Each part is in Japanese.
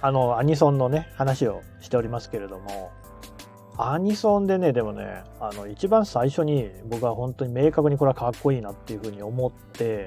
アニソンのね話をしておりますけれども、アニソンでね、でもね、一番最初に僕は本当に明確にこれはかっこいいなっていうふうに思って、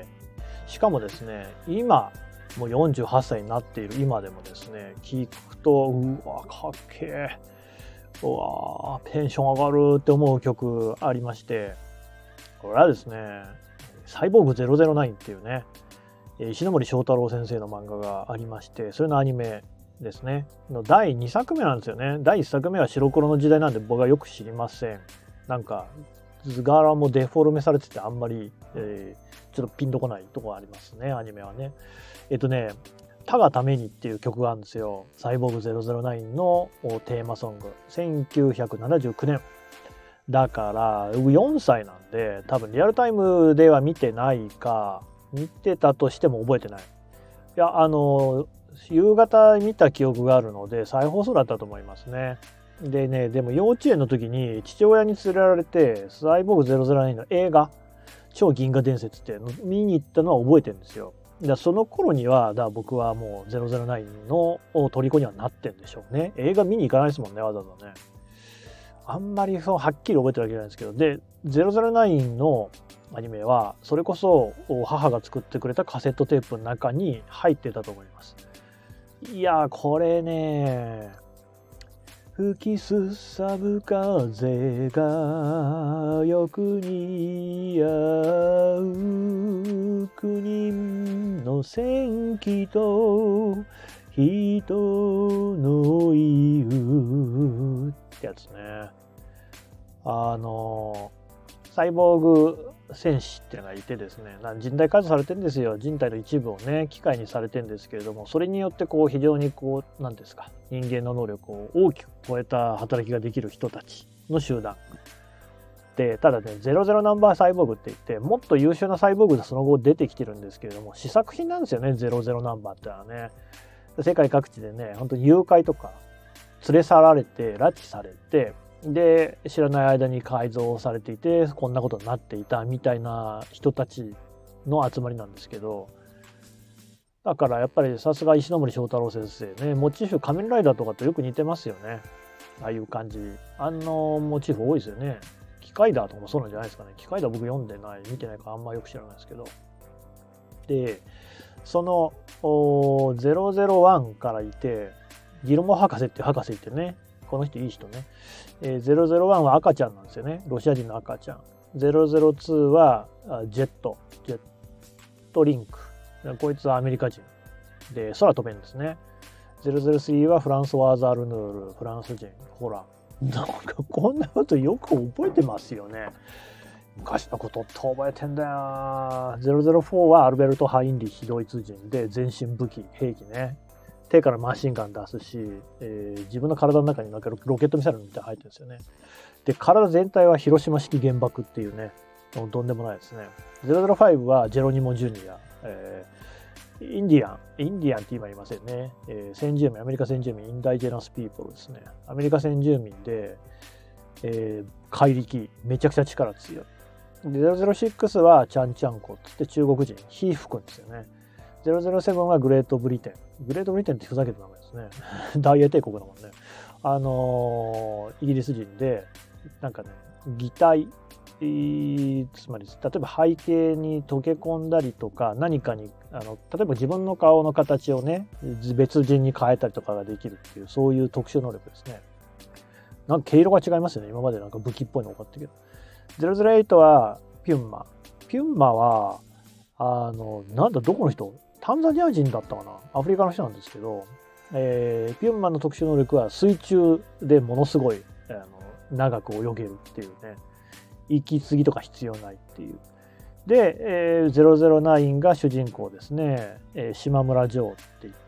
しかもですね、今もう48歳になっている今でもですね、聞くとうわかっけえ、うわテンション上がるって思う曲ありまして、これはですね、サイボーグ009っていうね、石森章太郎先生の漫画がありまして、それのアニメですねの第2作目なんですよね。第1作目は白黒の時代なんで僕はよく知りません。なんか図柄もデフォルメされててあんまり、ちょっとピンとこないところありますね、アニメはね。たがためにっていう曲があるんですよ。サイボーグ009のテーマソング。1979年。だから4歳なんで、多分リアルタイムでは見てないか、見てたとしても覚えてない。いや、夕方見た記憶があるので、再放送だったと思いますね。でね、でも幼稚園の時に父親に連れられて、サイボーグ009の映画、超銀河伝説って見に行ったのは覚えてるんですよ。その頃には、僕はもう009の虜にはなってんでしょうね。映画見に行かないですもんね、わざわざね。あんまりはっきり覚えてるわけじゃないですけど、で、009のアニメは、それこそ母が作ってくれたカセットテープの中に入ってたと思います。いや、これね、吹きすさぶ風がよく似合う国の戦記と人の言うってやつね。サイボーグ戦士っていうのがいてですね、人体改造されてるんですよ。人体の一部をね、機械にされてるんですけれども、それによってこう非常にこう、なんですか、人間の能力を大きく超えた働きができる人たちの集団。で、ただね、00ナンバーサイボーグって言って、もっと優秀なサイボーグがその後出てきてるんですけれども、試作品なんですよね、00ナンバーってのはね。世界各地でね、本当に誘拐とか、連れ去られて、拉致されて、で知らない間に改造されていてこんなことになっていたみたいな人たちの集まりなんですけど、だからやっぱりさすが石森章太郎先生ね、モチーフ仮面ライダーとかとよく似てますよね。ああいう感じ、モチーフ多いですよね。機械ダーとかもそうなんじゃないですかね。機械ダー僕読んでない、見てないからあんまよく知らないですけど。でその001からいて、ギルモ博士っていう博士いてね、この人いい人ね。001は赤ちゃんなんですよね。ロシア人の赤ちゃん。002はジェットリンク。こいつはアメリカ人。で、空飛べんですね。003はフランソワーズ・アルヌール、フランス人。ほら、なんかこんなことよく覚えてますよね。昔のことって覚えてんだよ。004はアルベルト・ハインリッヒ、ドイツ人で、全身武器、兵器ね。手からマシンガン出すし、自分の体の中になんかロケットミサイルみたいなの入ってるんですよね。で、体全体は広島式原爆っていうね、とんでもないですね。005はジェロニモ・ジュニア、インディアンって今言いませんね。先住民、アメリカ先住民、インダイジェナスピーポルですね。アメリカ先住民で、怪力、めちゃくちゃ力強い。で、006はチャンチャンコっつって中国人、火吹くんですよね。007はグレートブリテン。グレートブリテンってふざけた名前ですね。大英帝国だもんね。イギリス人で、なんかね、擬態、つまり、例えば背景に溶け込んだりとか、何かに、例えば自分の顔の形をね、別人に変えたりとかができるっていう、そういう特殊能力ですね。なんか毛色が違いますよね。今までなんか武器っぽいの多かったけど。008はピュンマ。ピュンマは、なんだ、どこの人？タンザニア人だったかな、アフリカの人なんですけど、ピュンマンの特殊能力は水中でものすごい長く泳げるっていうね、息継ぎとか必要ないっていう。で、009が主人公ですね、島村ジョーって言って、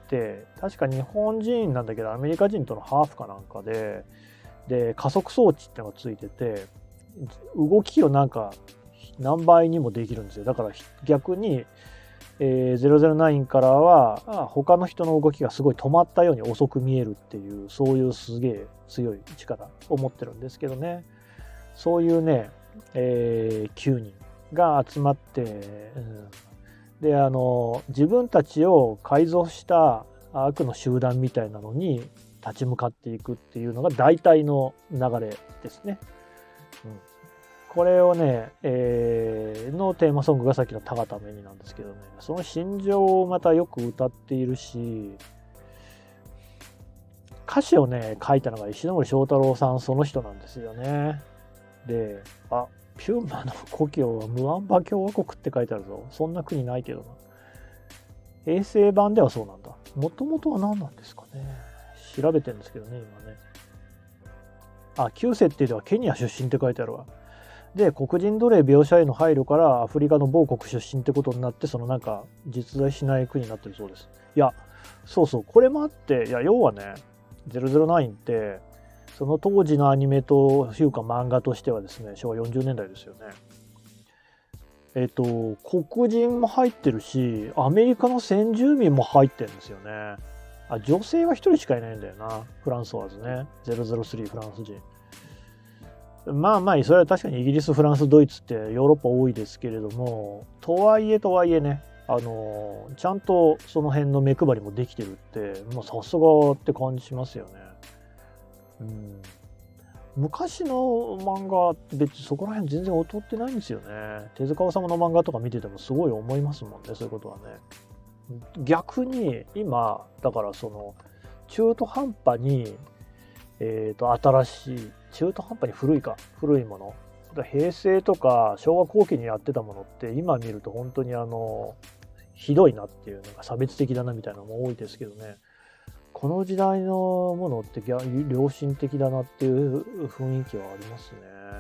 確か日本人なんだけどアメリカ人とのハーフかなんかで加速装置ってのがついてて、動きをなんか何倍にもできるんですよ。だから逆に009からは他の人の動きがすごい止まったように遅く見えるっていう、そういうすげえ強い力を持ってるんですけどね。そういうね、9人が集まって、で自分たちを改造した悪の集団みたいなのに立ち向かっていくっていうのが大体の流れですね。これをね、のテーマソングがさっきの「たがために」なんですけどね、その心情をまたよく歌っているし、歌詞をね書いたのが石森章太郎さんその人なんですよね。で、ピューマの故郷はムアンバ共和国って書いてあるぞ。そんな国ないけどな。平成版ではそうなんだ。もともとは何なんですかね。調べてるんですけどね、今ね。旧設定ではケニア出身って書いてあるわ。で、黒人奴隷描写への配慮からアフリカの某国出身ってことになって、そのなんか実在しない国になってるそうです。いや、そうそう、これもあって、いや、要はね、009って、その当時のアニメというか漫画としてはですね、昭和40年代ですよね。黒人も入ってるし、アメリカの先住民も入ってるんですよね。女性は一人しかいないんだよな。フランソワーズね。003フランス人。まあまあ、それは確かにイギリス、フランス、ドイツってヨーロッパ多いですけれども、とはいえね、ちゃんとその辺の目配りもできてるって、もうさすがって感じしますよね。昔の漫画って別にそこら辺全然劣ってないんですよね。手塚治虫の漫画とか見ててもすごい思いますもんね、そういうことはね。逆に今、だからその中途半端に、新しい、中途半端に古いもの。平成とか昭和後期にやってたものって今見ると本当にひどいなっていうのが差別的だなみたいなのも多いですけどね。この時代のものって良心的だなっていう雰囲気はありますね。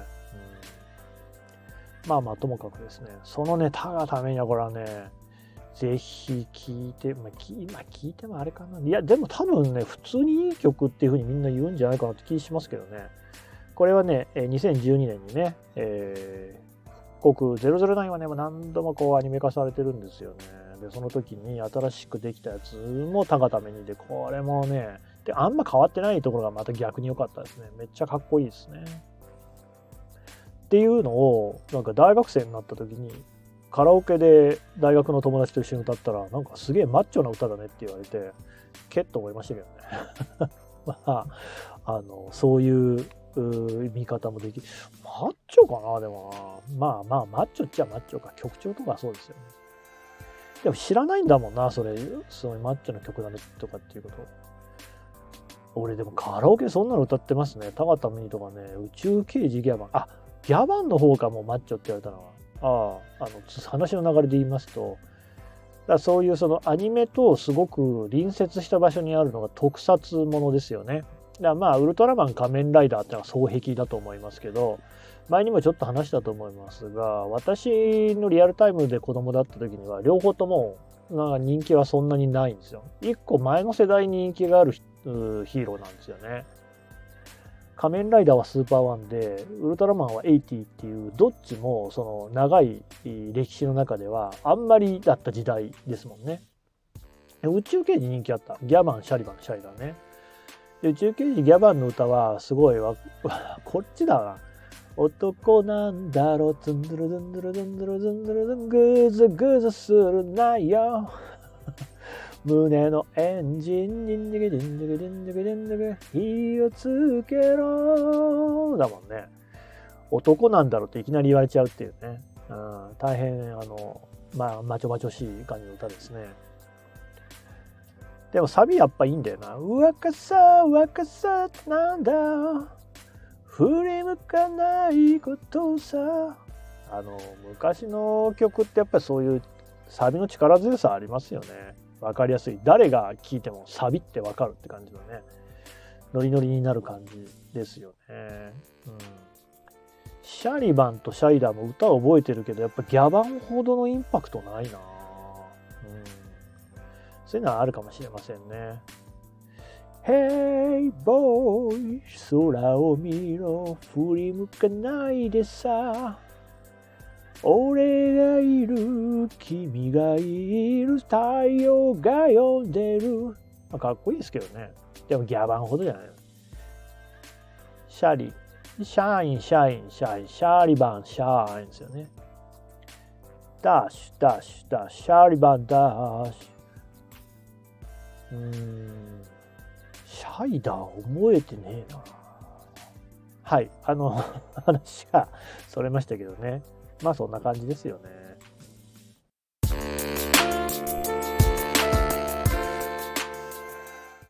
まあともかくですね、そのね、たがためにはこれはね、ぜひ聴いて、今聴いてもあれかな。いや、でも多分ね、普通にいい曲っていう風にみんな言うんじゃないかなって気しますけどね。これはね、2012年にね、復刻009はね、何度もこうアニメ化されてるんですよね。で、その時に新しくできたやつもたがためにで、これもね、で、あんま変わってないところがまた逆に良かったですね。めっちゃかっこいいですね。っていうのを、なんか大学生になった時に、カラオケで大学の友達と一緒に歌ったら、なんかすげえマッチョな歌だねって言われて、けっと思いましたけどね。そういう見方もできる。マッチョかなでもな。マッチョっちゃマッチョか。曲調とかそうですよね。でも知らないんだもんな、そういうマッチョの曲だねとかっていうこと。俺でもカラオケそんなの歌ってますね。たがためにとかね、宇宙刑事ギャバン。ギャバンの方かもマッチョって言われたのは。話の流れで言いますと、そういうそのアニメとすごく隣接した場所にあるのが特撮ものですよね。ウルトラマン仮面ライダーってのは双璧だと思いますけど、前にもちょっと話したと思いますが、私のリアルタイムで子供だった時には両方とも人気はそんなにないんですよ。一個前の世代に人気があるヒーローなんですよね。仮面ライダーはスーパーワンで、ウルトラマンは80っていう、どっちもその長い歴史の中ではあんまりだった時代ですもんね。宇宙刑事人気あった。ギャバン、シャリバン、シャイダーね。で宇宙刑事ギャバンの歌はすごいこっちだな。男なんだろう、ズンドゥルズンドゥルズンドゥルズンドゥルズン、グズグズするなよ。胸のエンジン、ジンジギジンジギジンジギジンジギ、火をつけろだもんね。男なんだろうっていきなり言われちゃうっていうね。大変マチョマチョしい感じの歌ですね。でもサビやっぱいいんだよな。若さってなんだ、振り向かないことさ。昔の曲ってやっぱりそういうサビの力強さありますよね。わかりやすい。誰が聴いてもサビってわかるって感じのね。ノリノリになる感じですよね。シャリバンとシャイダーも歌を覚えてるけど、やっぱギャバンほどのインパクトないな。そういうのはあるかもしれませんね。Hey boy 空を見ろ、振り向かないでさ、俺がいる君がいる、太陽が呼んでる。かっこいいですけどね。でもギャバンほどじゃない。シャイン、シャーリバン、シャーインですよね。ダッシュ、シャーリバン、ダッシュ。 シャイダー覚えてねえな。はい、話がそれましたけどね。まあそんな感じですよね。